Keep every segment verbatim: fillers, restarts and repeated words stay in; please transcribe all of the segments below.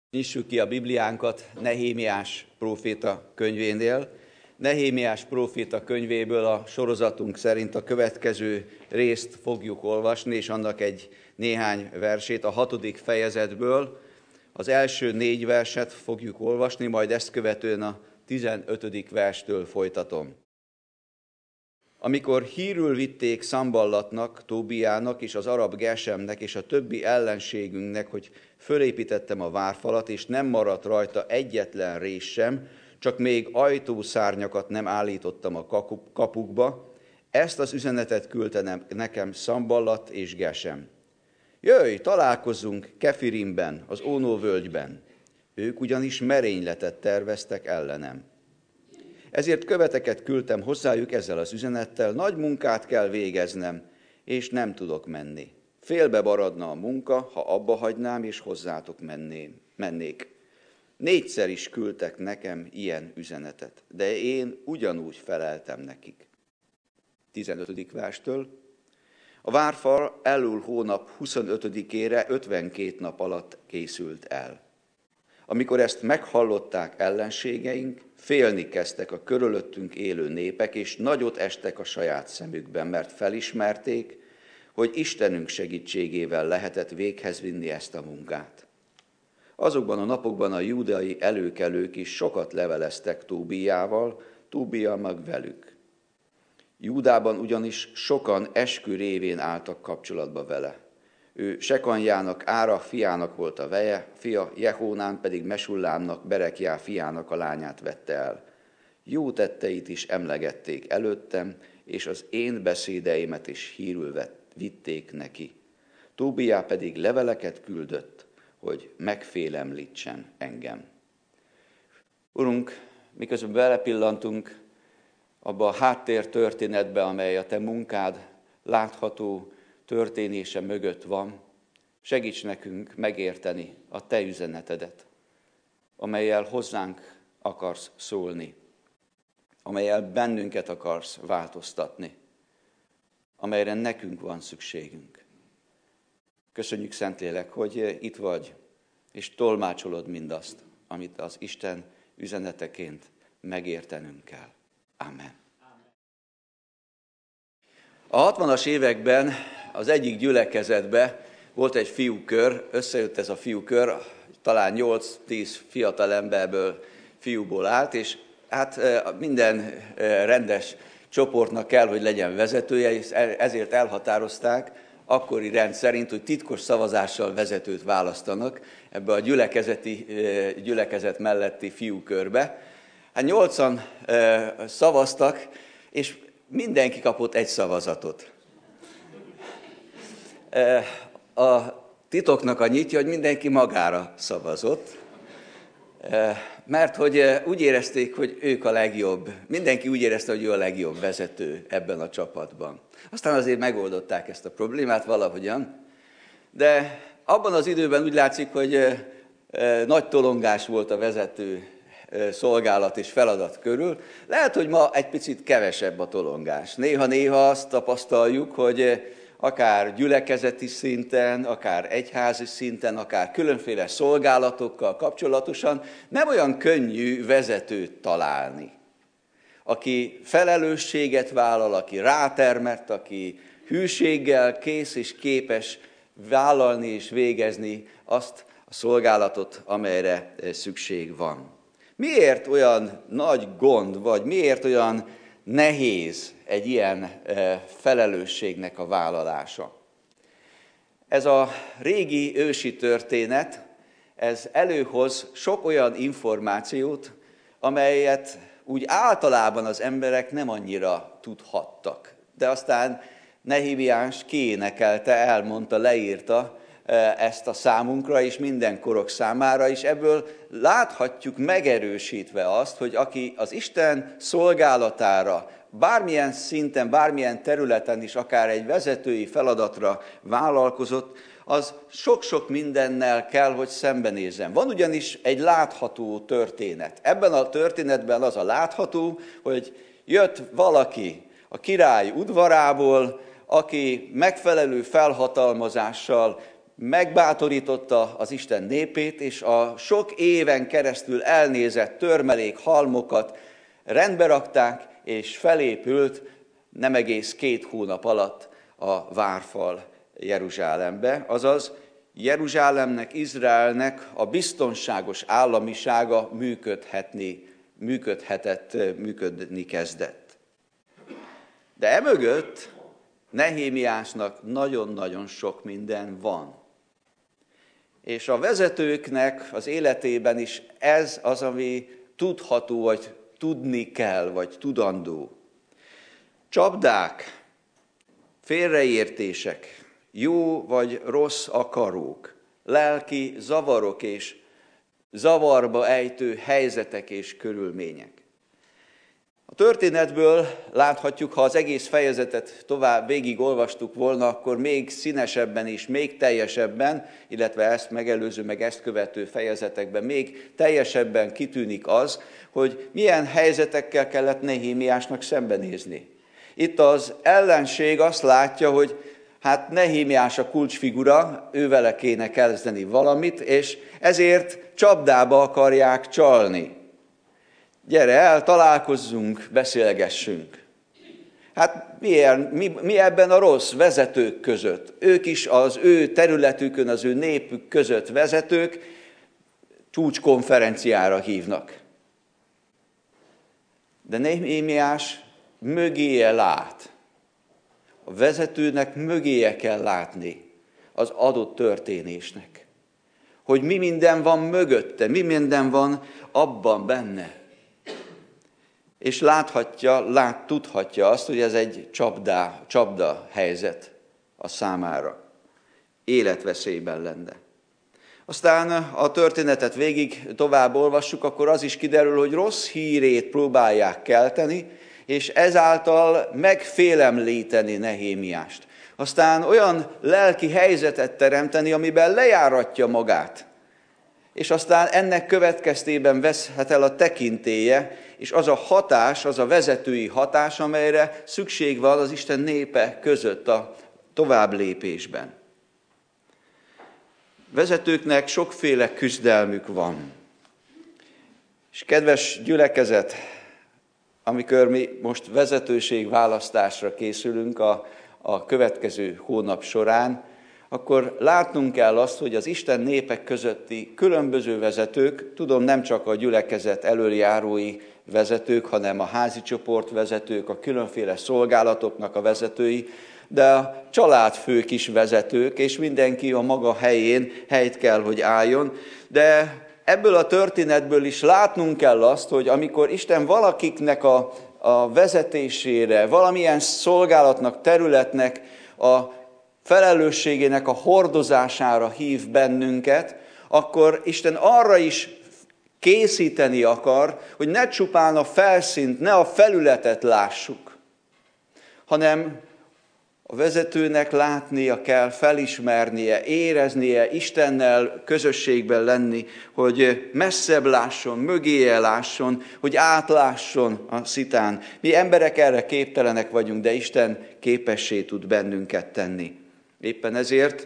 Nyissuk ki a Bibliánkat Nehémiás próféta könyvénél. Nehémiás próféta könyvéből a sorozatunk szerint a következő részt fogjuk olvasni, és annak egy néhány versét a hatodik fejezetből. Az első négy verset fogjuk olvasni, majd ezt követően a tizenötödik verstől folytatom. Amikor hírül vitték Szamballatnak, Tóbiának és az arab Gesemnek és a többi ellenségünknek, hogy fölépítettem a várfalat, és nem maradt rajta egyetlen rés sem, csak még ajtószárnyakat nem állítottam a kapukba, ezt az üzenetet küldte nekem Szamballat és Gesem. Jöjj, találkozzunk Kefirimben, az Ónó völgyben. Ők ugyanis merényletet terveztek ellenem. Ezért követeket küldtem hozzájuk ezzel az üzenettel, nagy munkát kell végeznem, és nem tudok menni. Félbe maradna a munka, ha abba hagynám, és hozzátok menném, mennék. Négyszer is küldtek nekem ilyen üzenetet, de én ugyanúgy feleltem nekik. tizenötödik verstől. A várfal Elul hónap huszonötödikére ötvenkét nap alatt készült el. Amikor ezt meghallották ellenségeink, félni kezdtek a körülöttünk élő népek, és nagyot estek a saját szemükben, mert felismerték, hogy Istenünk segítségével lehetett véghez vinni ezt a munkát. Azokban a napokban a júdeai előkelők is sokat leveleztek Tóbiával, Tóbia meg velük. Júdában ugyanis sokan eskü révén álltak kapcsolatba vele. Ő Sekanjának, Ára fiának volt a veje, fia Jehónán pedig Mesullámnak, Berekjá fiának a lányát vette el. Jó tetteit is emlegették előttem, és az én beszédeimet is hírül vitték neki. Tóbiá pedig leveleket küldött, hogy megfélemlítsen engem. Urunk, miközben belepillantunk abba a háttér történetbe, amely a te munkád látható történése mögött van, segíts nekünk megérteni a te üzenetedet, amellyel hozzánk akarsz szólni, amellyel bennünket akarsz változtatni, amelyre nekünk van szükségünk. Köszönjük, Szentlélek, hogy itt vagy, és tolmácsolod mindazt, amit az Isten üzeneteként megértenünk kell. Amen. A hatvanas években az egyik gyülekezetben volt egy fiúkör, összejött ez a fiúkör, talán nyolc-tíz fiatal emberből, fiúból állt, és hát minden rendes csoportnak kell, hogy legyen vezetője, és ezért elhatározták akkori rend szerint, hogy titkos szavazással vezetőt választanak ebbe a gyülekezeti, gyülekezet melletti fiúkörbe. Hát nyolcan szavaztak, és mindenki kapott egy szavazatot. A titoknak a nyitja, hogy mindenki magára szavazott, mert hogy úgy érezték, hogy ők a legjobb, mindenki úgy érezte, hogy ő a legjobb vezető ebben a csapatban. Aztán azért megoldották ezt a problémát valahogyan, de abban az időben úgy látszik, hogy nagy tolongás volt a vezető szolgálat és feladat körül. Lehet, hogy ma egy picit kevesebb a tolongás. Néha-néha azt tapasztaljuk, hogy akár gyülekezeti szinten, akár egyházi szinten, akár különféle szolgálatokkal kapcsolatosan nem olyan könnyű vezetőt találni, aki felelősséget vállal, aki rátermett, aki hűséggel kész és képes vállalni és végezni azt a szolgálatot, amelyre szükség van. Miért olyan nagy gond, vagy miért olyan nehéz egy ilyen felelősségnek a vállalása? Ez a régi ősi történet, ez előhoz sok olyan információt, amelyet úgy általában az emberek nem annyira tudhattak. De aztán Nehémiás kiénekelte, elmondta, leírta ezt a számunkra és minden korok számára, és ebből láthatjuk megerősítve azt, hogy aki az Isten szolgálatára bármilyen szinten, bármilyen területen is, akár egy vezetői feladatra vállalkozott, az sok-sok mindennel kell, hogy szembenézzen. Van ugyanis egy látható történet. Ebben a történetben az a látható, hogy jött valaki a király udvarából, aki megfelelő felhatalmazással megbátorította az Isten népét, és a sok éven keresztül elnézett törmelék halmokat rendbe rakták, és felépült nem egész két hónap alatt a várfal Jeruzsálembe, azaz Jeruzsálemnek, Izraelnek a biztonságos államisága működhetni, működhetett, működni kezdett. De emögött Nehémiásnak nagyon-nagyon sok minden van. És a vezetőknek az életében is ez az, ami tudható, vagy tudni kell, vagy tudandó. Csapdák, félreértések, jó vagy rossz akarók, lelki zavarok és zavarba ejtő helyzetek és körülmények. A történetből láthatjuk, ha az egész fejezetet tovább végig olvastuk volna, akkor még színesebben és még teljesebben, illetve ezt megelőző, meg ezt követő fejezetekben még teljesebben kitűnik az, hogy milyen helyzetekkel kellett Nehémiásnak szembenézni. Itt az ellenség azt látja, hogy hát Nehémiás a kulcsfigura, ővele kéne kezdeni valamit, és ezért csapdába akarják csalni. Gyere el, találkozzunk, beszélgessünk. Hát milyen, mi, mi ebben a rossz vezetők között? Ők is az ő területükön, az ő népük között vezetők, csúcskonferenciára hívnak. De Nehémiás mögéje lát. A vezetőnek mögéje kell látni az adott történésnek. Hogy mi minden van mögötte, mi minden van abban benne. És láthatja, lát, tudhatja azt, hogy ez egy csapdá, csapda helyzet a számára. Életveszélyben lenne. Aztán a történetet végig tovább olvassuk, akkor az is kiderül, hogy rossz hírét próbálják kelteni, és ezáltal megfélemlíteni Nehémiást. Aztán olyan lelki helyzetet teremteni, amiben lejáratja magát. És aztán ennek következtében veszhet el a tekintélye, és az a hatás, az a vezetői hatás, amelyre szükség van az Isten népe között a továbblépésben. Vezetőknek sokféle küzdelmük van. És kedves gyülekezet, amikor mi most vezetőségválasztásra készülünk a, a következő hónap során, akkor látnunk kell azt, hogy az Isten népek közötti különböző vezetők, tudom, nem csak a gyülekezet elöljárói vezetők, hanem a házi csoport vezetők, a különféle szolgálatoknak a vezetői, de a családfők is vezetők, és mindenki a maga helyén helyt kell, hogy álljon. De ebből a történetből is látnunk kell azt, hogy amikor Isten valakiknek a, a vezetésére, valamilyen szolgálatnak, területnek a felelősségének a hordozására hív bennünket, akkor Isten arra is készíteni akar, hogy ne csupán a felszínt, ne a felületet lássuk, hanem a vezetőnek látnia kell, felismernie, éreznie, Istennel közösségben lenni, hogy messzebb lásson, mögéje lásson, hogy átlásson a szitán. Mi emberek erre képtelenek vagyunk, de Isten képessé tud bennünket tenni. Éppen ezért,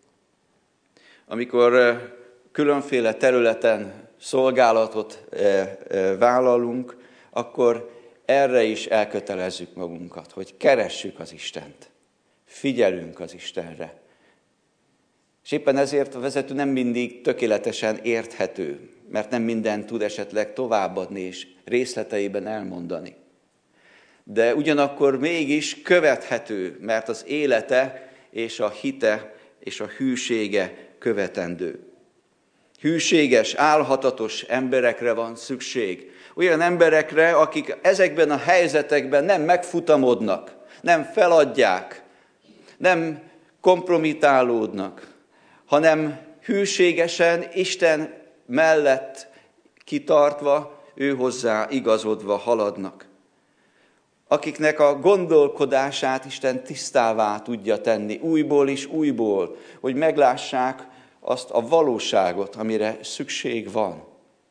amikor különféle területen szolgálatot vállalunk, akkor erre is elkötelezzük magunkat, hogy keressük az Istent. Figyelünk az Istenre. És éppen ezért a vezető nem mindig tökéletesen érthető, mert nem mindent tud esetleg továbbadni és részleteiben elmondani. De ugyanakkor mégis követhető, mert az élete és a hite és a hűsége követendő. Hűséges, álhatatos emberekre van szükség. Olyan emberekre, akik ezekben a helyzetekben nem megfutamodnak, nem feladják, nem kompromitálódnak, hanem hűségesen Isten mellett kitartva, ő hozzá igazodva haladnak. Akiknek a gondolkodását Isten tisztává tudja tenni, újból és újból, hogy meglássák azt a valóságot, amire szükség van.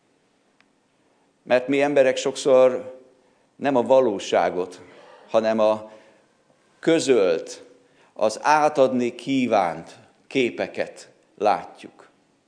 Mert mi emberek sokszor nem a valóságot, hanem a közölt, az átadni kívánt képeket látjuk.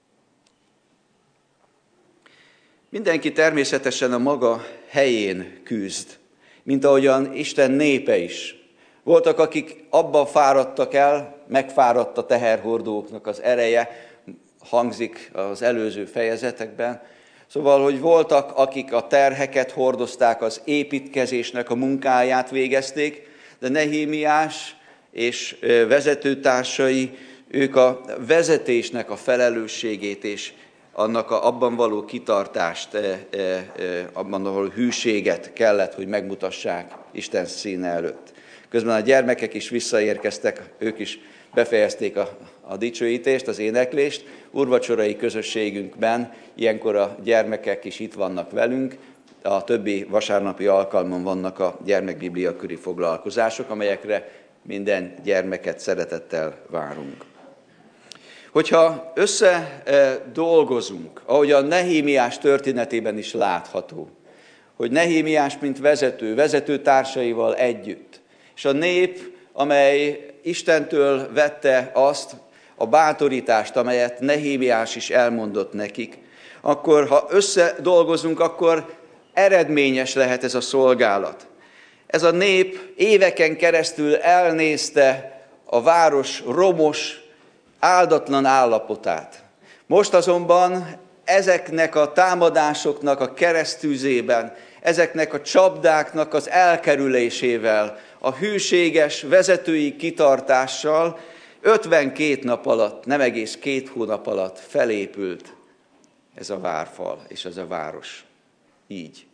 Mindenki természetesen a maga helyén küzd, mint ahogyan Isten népe is. Voltak, akik abban fáradtak el, megfáradt a teherhordóknak az ereje, hangzik az előző fejezetekben. Szóval, hogy voltak, akik a terheket hordozták, az építkezésnek a munkáját végezték, de Nehémiás és vezetőtársai, ők a vezetésnek a felelősségét és annak a, abban való kitartást, abban való hűséget kellett, hogy megmutassák Isten színe előtt. Közben a gyermekek is visszaérkeztek, ők is befejezték a, a dicsőítést, az éneklést. Úrvacsorai közösségünkben ilyenkor a gyermekek is itt vannak velünk. A többi vasárnapi alkalmon vannak a gyermekbiblia köri foglalkozások, amelyekre minden gyermeket szeretettel várunk. Hogyha össze dolgozunk, ahogy a Nehémiás történetében is látható, hogy Nehémiás mint vezető, vezető társaival együtt, és a nép, amely Istentől vette azt a bátorítást, amelyet Nehémiás is elmondott nekik, akkor ha összedolgozunk, akkor eredményes lehet ez a szolgálat. Ez a nép éveken keresztül elnézte a város romos, áldatlan állapotát. Most azonban ezeknek a támadásoknak a keresztüzében, ezeknek a csapdáknak az elkerülésével, a hűséges vezetői kitartással ötvenkét nap alatt, nem egész két hónap alatt felépült ez a várfal és ez a város. Így.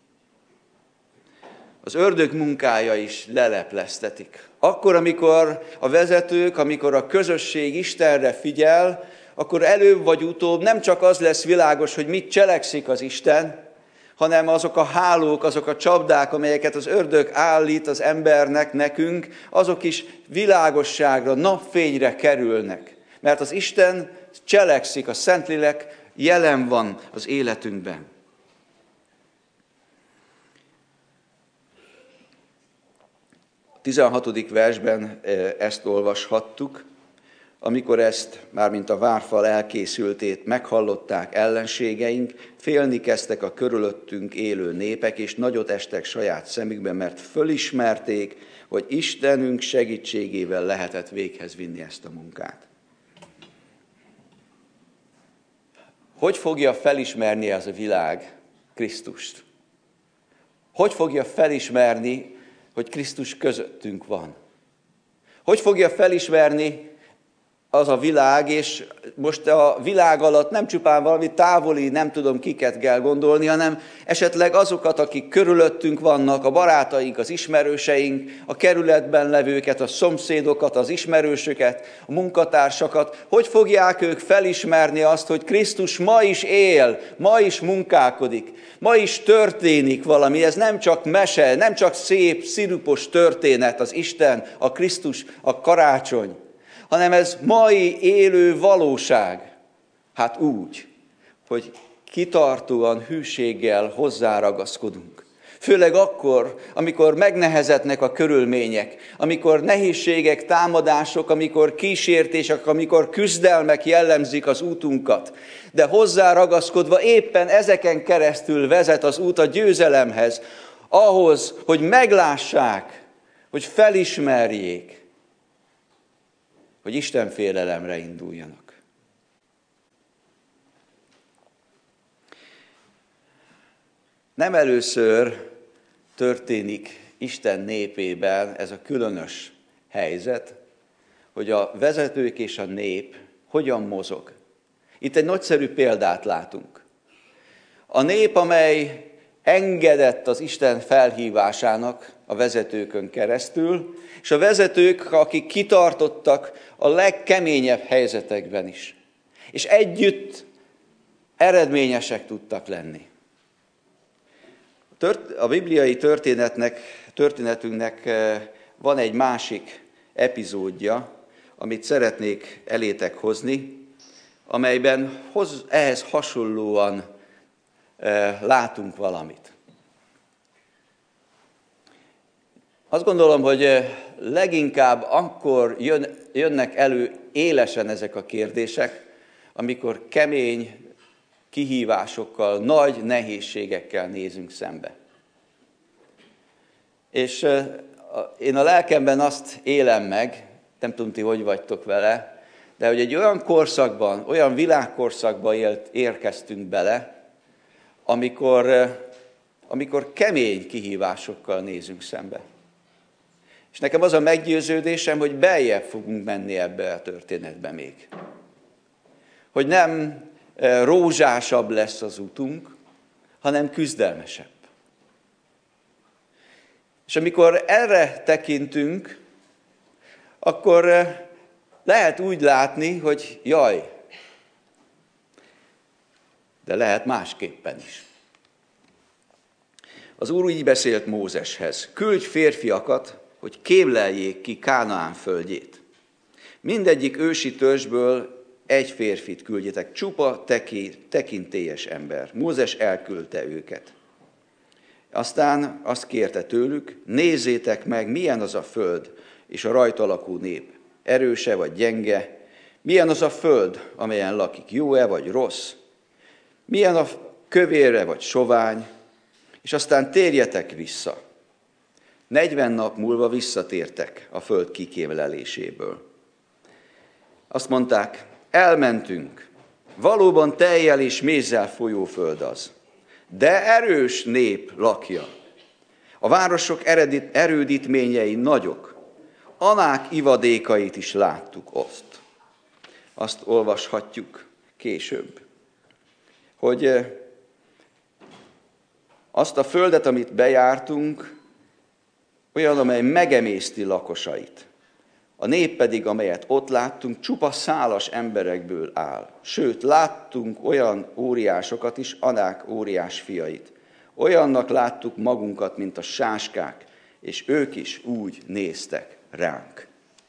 Az ördög munkája is lelepleztetik. Akkor, amikor a vezetők, amikor a közösség Istenre figyel, akkor előbb vagy utóbb nem csak az lesz világos, hogy mit cselekszik az Isten, hanem azok a hálók, azok a csapdák, amelyeket az ördög állít az embernek, nekünk, azok is világosságra, napfényre kerülnek. Mert az Isten cselekszik, a Szentlélek jelen van az életünkben. A tizenhatodik versben ezt olvashattuk, amikor ezt, mármint a várfal elkészültét meghallották ellenségeink, félni kezdtek a körülöttünk élő népek, és nagyot estek saját szemükben, mert fölismerték, hogy Istenünk segítségével lehetett véghez vinni ezt a munkát. Hogy fogja felismerni ez a világ Krisztust? Hogy fogja felismerni, hogy Krisztus közöttünk van? Hogy fogja felismerni az a világ, és most a világ alatt nem csupán valami távoli, nem tudom kiket kell gondolni, hanem esetleg azokat, akik körülöttünk vannak, a barátaink, az ismerőseink, a kerületben levőket, a szomszédokat, az ismerősöket, a munkatársakat, hogy fogják ők felismerni azt, hogy Krisztus ma is él, ma is munkálkodik, ma is történik valami, ez nem csak mese, nem csak szép, szirupos történet, az Isten, a Krisztus, a karácsony, hanem ez mai élő valóság. Hát úgy, hogy kitartóan, hűséggel hozzáragaszkodunk. Főleg akkor, amikor megnehezetnek a körülmények, amikor nehézségek, támadások, amikor kísértések, amikor küzdelmek jellemzik az útunkat. De hozzáragaszkodva éppen ezeken keresztül vezet az út a győzelemhez, ahhoz, hogy meglássák, hogy felismerjék, hogy Isten félelemre induljanak. Nem először történik Isten népében ez a különös helyzet, hogy a vezetők és a nép hogyan mozog. Itt egy nagyszerű példát látunk. A nép, amely engedett az Isten felhívásának a vezetőkön keresztül, és a vezetők, akik kitartottak a legkeményebb helyzetekben is. És együtt eredményesek tudtak lenni. A bibliai történetnek, történetünknek van egy másik epizódja, amit szeretnék elétek hozni, amelyben hoz, ehhez hasonlóan látunk valamit. Azt gondolom, hogy leginkább akkor jön, jönnek elő élesen ezek a kérdések, amikor kemény kihívásokkal, nagy nehézségekkel nézünk szembe. És én a lelkemben azt élem meg, nem tudom ti, hogy vagytok vele, de hogy egy olyan korszakban, olyan világkorszakban élt, érkeztünk bele, amikor, amikor kemény kihívásokkal nézünk szembe. És nekem az a meggyőződésem, hogy beljebb fogunk menni ebbe a történetbe még. Hogy nem rózsásabb lesz az utunk, hanem küzdelmesebb. És amikor erre tekintünk, akkor lehet úgy látni, hogy jaj, de lehet másképpen is. Az Úr így beszélt Mózeshez: küldj férfiakat, hogy kémleljék ki Kánaán földjét. Mindegyik ősi törzsből egy férfit küldjetek, csupa teki, tekintélyes ember. Mózes elküldte őket. Aztán azt kérte tőlük: nézzétek meg, milyen az a föld és a rajta lakó nép. Erőse vagy gyenge? Milyen az a föld, amelyen lakik? Jó-e vagy rossz? Milyen a kövére vagy sovány? És aztán térjetek vissza. Negyven nap múlva visszatértek a föld kikémleléséből. Azt mondták: elmentünk, valóban tejjel és mézzel folyó föld az, de erős nép lakja. A városok eredit, erődítményei nagyok, Anák ivadékait is láttuk azt. Azt olvashatjuk később, hogy azt a földet, amit bejártunk, olyan, amely megemészti lakosait. A nép pedig, amelyet ott láttunk, csupa szálas emberekből áll. Sőt, láttunk olyan óriásokat is, Anák óriás fiait. Olyannak láttuk magunkat, mint a sáskák, és ők is úgy néztek ránk.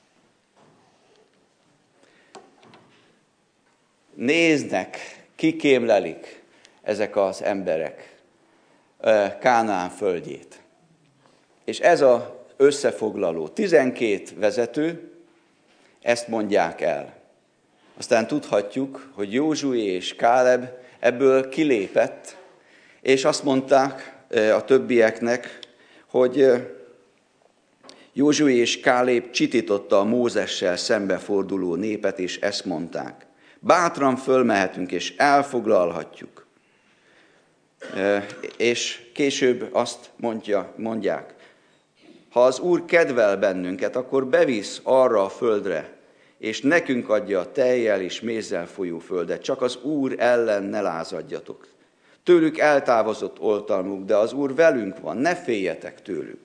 Néznek, kikémlelik ezek az emberek Kánaán földjét. És ez az összefoglaló. tizenkét vezető ezt mondják el. Aztán tudhatjuk, hogy Józsué és Káleb ebből kilépett, és azt mondták a többieknek, hogy Józsué és Káleb csitította a Mózessel szembeforduló népet, és ezt mondták: bátran fölmehetünk, és elfoglalhatjuk. És később azt mondja, mondják: ha az Úr kedvel bennünket, akkor bevisz arra a földre, és nekünk adja a tejjel és mézzel folyó földet. Csak az Úr ellen ne lázadjatok. Tőlük eltávozott oltalmuk, de az Úr velünk van, ne féljetek tőlük.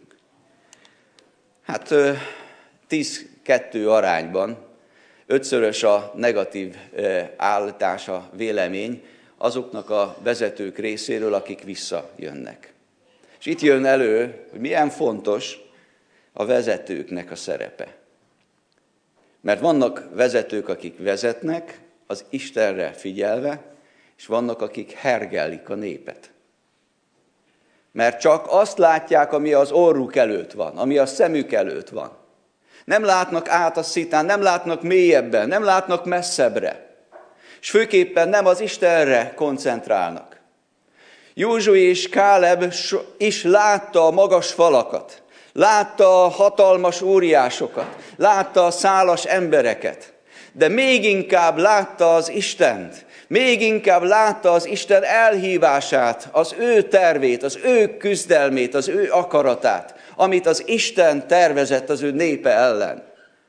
Hát tíz-kettő arányban, ötszörös a negatív állítás, a vélemény azoknak a vezetők részéről, akik visszajönnek. És itt jön elő, hogy milyen fontos a vezetőknek a szerepe. Mert vannak vezetők, akik vezetnek az Istenre figyelve, és vannak, akik hergellik a népet. Mert csak azt látják, ami az orruk előtt van, ami a szemük előtt van. Nem látnak át a szitán, nem látnak mélyebben, nem látnak messzebbre. És főképpen nem az Istenre koncentrálnak. Józsué és Káleb is látta a magas falakat, látta a hatalmas óriásokat, látta a szálas embereket, de még inkább látta az Istent, még inkább látta az Isten elhívását, az ő tervét, az ő küzdelmét, az ő akaratát, amit az Isten tervezett az ő népe ellen.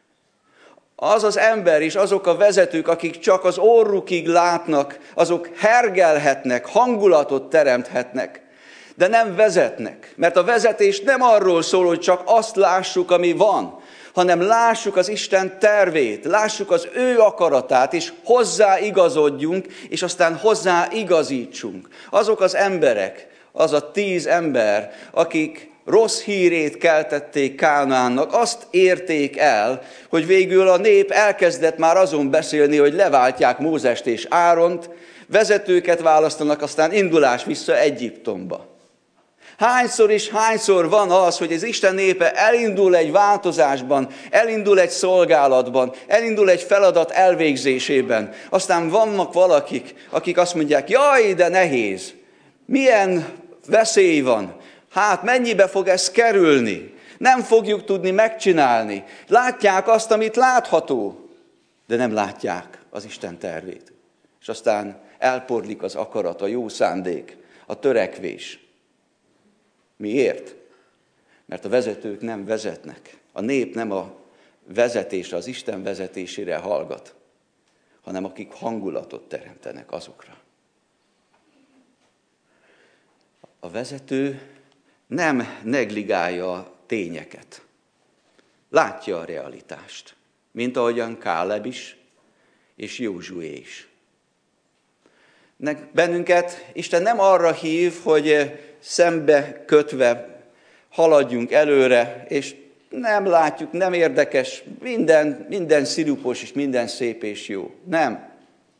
Az az ember és azok a vezetők, akik csak az orrukig látnak, azok hergelhetnek, hangulatot teremthetnek, de nem vezetnek. Mert a vezetés nem arról szól, hogy csak azt lássuk, ami van, hanem lássuk az Isten tervét, lássuk az ő akaratát, és hozzá igazodjunk, és aztán hozzá igazítsunk. Azok az emberek, az a tíz ember, akik rossz hírét keltették Kánaánnak, azt érték el, hogy végül a nép elkezdett már azon beszélni, hogy leváltják Mózest és Áront, vezetőket választanak, aztán indulás vissza Egyiptomba. Hányszor és hányszor van az, hogy az Isten népe elindul egy változásban, elindul egy szolgálatban, elindul egy feladat elvégzésében. Aztán vannak valakik, akik azt mondják, jaj, de nehéz, milyen veszély van, hát mennyibe fog ez kerülni, nem fogjuk tudni megcsinálni. Látják azt, amit látható, de nem látják az Isten tervét. És aztán elporlik az akarat, a jó szándék, a törekvés. Miért? Mert a vezetők nem vezetnek. A nép nem a vezetésre, az Isten vezetésére hallgat, hanem akik hangulatot teremtenek azokra. A vezető nem negligálja a tényeket. Látja a realitást, mint ahogyan Káleb is, és Józsué is. Bennünket Isten nem arra hív, hogy szembe kötve haladjunk előre, és nem látjuk, nem érdekes, minden, minden szirupos és minden szép és jó. Nem.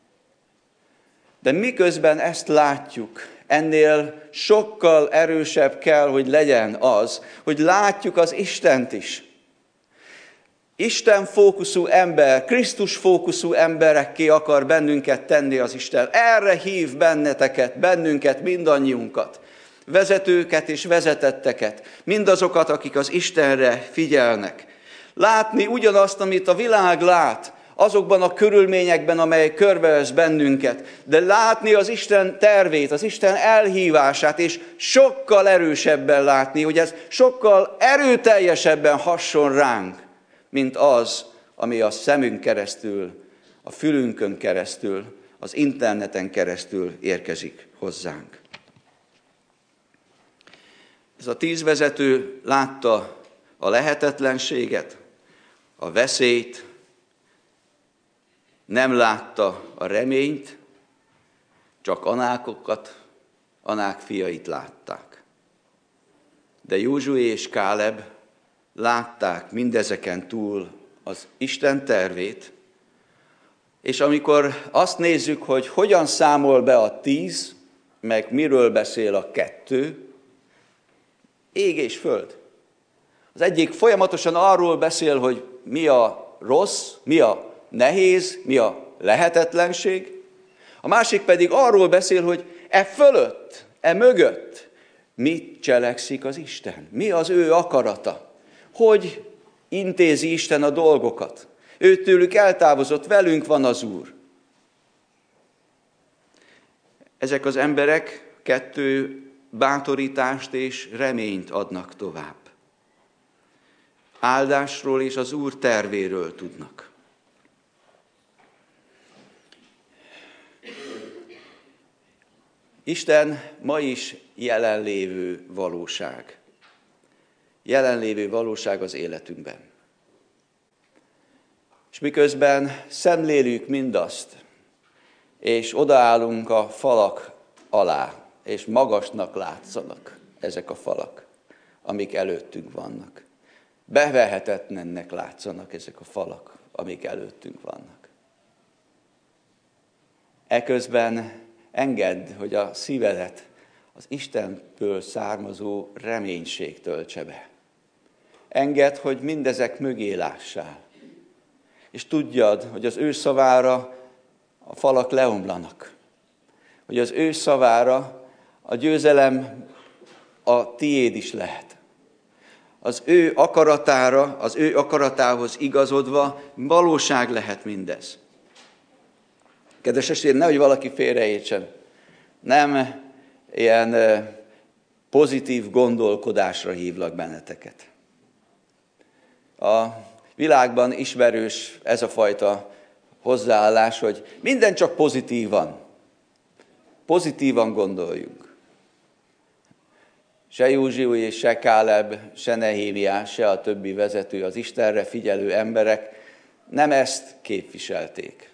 De miközben ezt látjuk, ennél sokkal erősebb kell, hogy legyen az, hogy látjuk az Istent is. Isten fókuszú ember, Krisztus fókuszú emberekké akar bennünket tenni az Isten. Erre hív benneteket, bennünket, mindannyiunkat. Vezetőket és vezetetteket, mindazokat, akik az Istenre figyelnek. Látni ugyanazt, amit a világ lát, azokban a körülményekben, amelyek körbevesz bennünket, de látni az Isten tervét, az Isten elhívását, és sokkal erősebben látni, hogy ez sokkal erőteljesebben hasson ránk, mint az, ami a szemünk keresztül, a fülünkön keresztül, az interneten keresztül érkezik hozzánk. Ez a tíz vezető látta a lehetetlenséget, a veszélyt, nem látta a reményt, csak Anákokat, Anák fiait látták. De Józsué és Káleb látták mindezeken túl az Isten tervét, és amikor azt nézzük, hogy hogyan számol be a tíz, meg miről beszél a kettő, ég és föld. Az egyik folyamatosan arról beszél, hogy mi a rossz, mi a nehéz, mi a lehetetlenség. A másik pedig arról beszél, hogy e fölött, e mögött mit cselekszik az Isten. Mi az ő akarata. Hogy intézi Isten a dolgokat. Ő tőlük eltávozott, velünk van az Úr. Ezek az emberek kettő bátorítást és reményt adnak tovább. Áldásról és az Úr tervéről tudnak. Isten ma is jelenlévő valóság. Jelenlévő valóság az életünkben. És miközben szemlélünk mindazt, és odaállunk a falak alá, és magasnak látszanak ezek a falak, amik előttünk vannak. Bevehetetlennek látszanak ezek a falak, amik előttünk vannak. Eközben engedd, hogy a szívedet az Istenből származó reménység töltse be. Engedd, hogy mindezek mögé lássál. És tudjad, hogy az ő szavára a falak leomlanak. Hogy az ő szavára a győzelem a tiéd is lehet. Az ő akaratára, az ő akaratához igazodva valóság lehet mindez. Kedves testvérem, nehogy valaki félreértsen. Nem ilyen pozitív gondolkodásra hívlak benneteket. A világban ismerős ez a fajta hozzáállás, hogy minden csak pozitívan. Pozitívan gondoljunk. Se Józsué, se Káleb, se Nehémiás, se a többi vezető, az Istenre figyelő emberek nem ezt képviselték.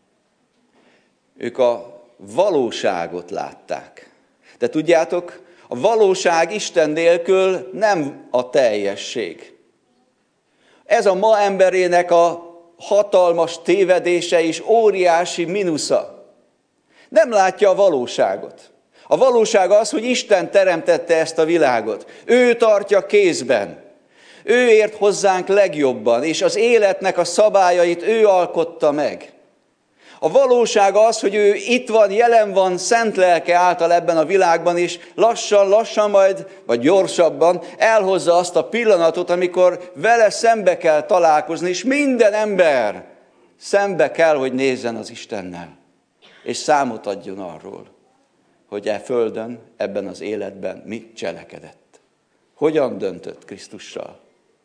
Ők a valóságot látták. De tudjátok, a valóság Isten nélkül nem a teljesség. Ez a ma emberének a hatalmas tévedése és óriási minusza. Nem látja a valóságot. A valóság az, hogy Isten teremtette ezt a világot. Ő tartja kézben. Ő ért hozzánk legjobban, és az életnek a szabályait ő alkotta meg. A valóság az, hogy ő itt van, jelen van, szent lelke által ebben a világban, és lassan, lassan majd, vagy gyorsabban elhozza azt a pillanatot, amikor vele szembe kell találkozni, és minden ember szembe kell, hogy nézzen az Istennel, és számot adjon arról, hogy e földön, ebben az életben mit cselekedett. Hogyan döntött Krisztussal.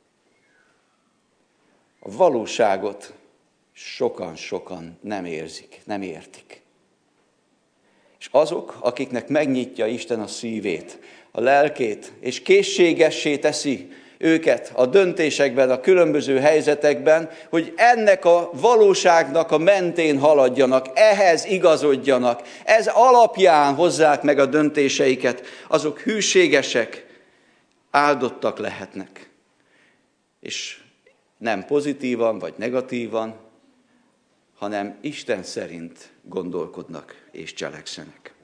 A valóságot sokan-sokan nem érzik, nem értik. És azok, akiknek megnyitja Isten a szívét, a lelkét, és készségessé teszi őket a döntésekben, a különböző helyzetekben, hogy ennek a valóságnak a mentén haladjanak, ehhez igazodjanak, ez alapján hozzák meg a döntéseiket, azok hűségesek, áldottak lehetnek. És nem pozitívan vagy negatívan, hanem Isten szerint gondolkodnak és cselekszenek.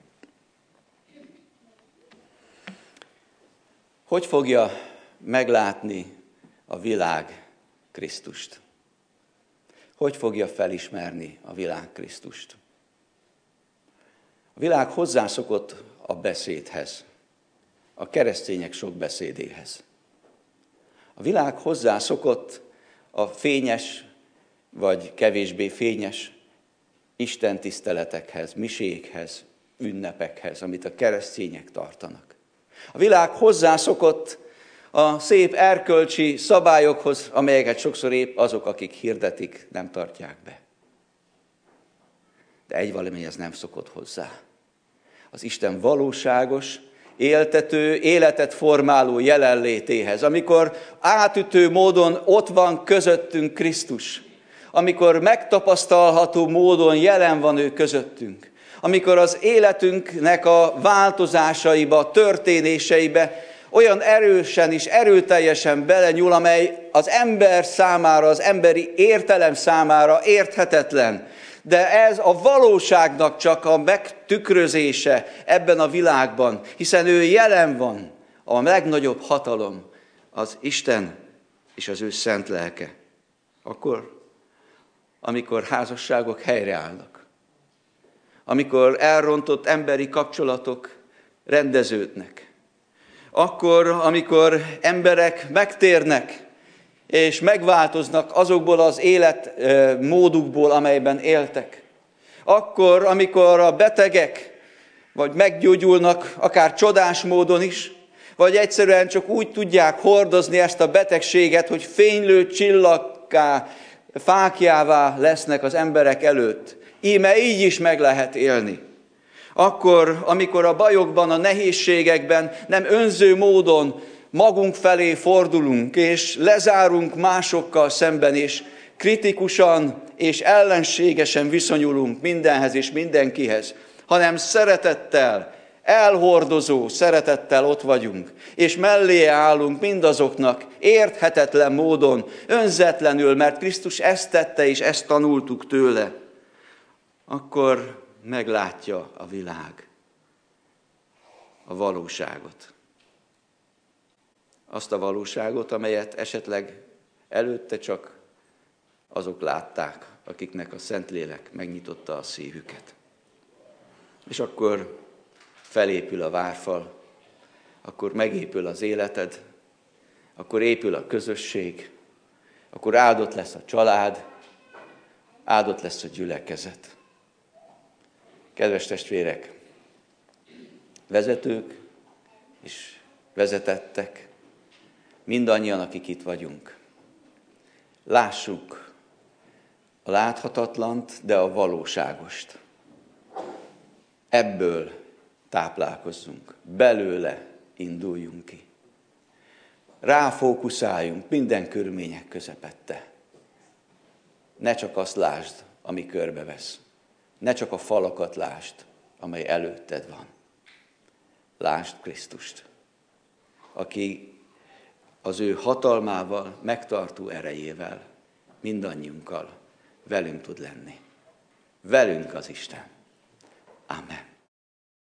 Hogy fogja meglátni a világ Krisztust? Hogy fogja felismerni a világ Krisztust? A világ hozzászokott a beszédhez, a keresztények sok beszédéhez. A világ hozzászokott a fényes vagy kevésbé fényes istentiszteletekhez, misékhez, ünnepekhez, amit a keresztények tartanak. A világ hozzászokott a szép erkölcsi szabályokhoz, amelyeket sokszor épp azok, akik hirdetik, nem tartják be. De egy valami ez nem szokott hozzá. Az Isten valóságos, éltető, életet formáló jelenlétéhez, amikor átütő módon ott van közöttünk Krisztus, amikor megtapasztalható módon jelen van ő közöttünk, amikor az életünknek a változásaiba, történéseibe olyan erősen és erőteljesen belenyúl, amely az ember számára, az emberi értelem számára érthetetlen. De ez a valóságnak csak a megtükrözése ebben a világban, hiszen ő jelen van, a legnagyobb hatalom, az Isten és az ő szent lelke. Akkor, amikor házasságok helyreállnak, amikor elrontott emberi kapcsolatok rendeződnek, akkor, amikor emberek megtérnek, és megváltoznak azokból az életmódukból, amelyben éltek. Akkor, amikor a betegek vagy meggyógyulnak, akár csodás módon is, vagy egyszerűen csak úgy tudják hordozni ezt a betegséget, hogy fénylő csillagká, fáklyává lesznek az emberek előtt. Íme így is meg lehet élni. Akkor, amikor a bajokban, a nehézségekben nem önző módon magunk felé fordulunk, és lezárunk másokkal szemben, és kritikusan és ellenségesen viszonyulunk mindenhez és mindenkihez, hanem szeretettel, elhordozó szeretettel ott vagyunk, és mellé állunk mindazoknak érthetetlen módon, önzetlenül, mert Krisztus ezt tette, és ezt tanultuk tőle, akkor meglátja a világ a valóságot. Azt a valóságot, amelyet esetleg előtte csak azok látták, akiknek a Szentlélek megnyitotta a szívüket. És akkor felépül a várfal, akkor megépül az életed, akkor épül a közösség, akkor áldott lesz a család, áldott lesz a gyülekezet. Kedves testvérek, vezetők és vezetettek, mindannyian, akik itt vagyunk, lássuk a láthatatlant, de a valóságost. Ebből táplálkozzunk, belőle induljunk ki. Ráfókuszáljunk minden körülmények közepette. Ne csak azt lásd, ami körbevesz. Ne csak a falakat lásd, amely előtted van. Lásd Krisztust, aki az ő hatalmával, megtartó erejével, mindannyiunkkal velünk tud lenni. Velünk az Isten. Amen.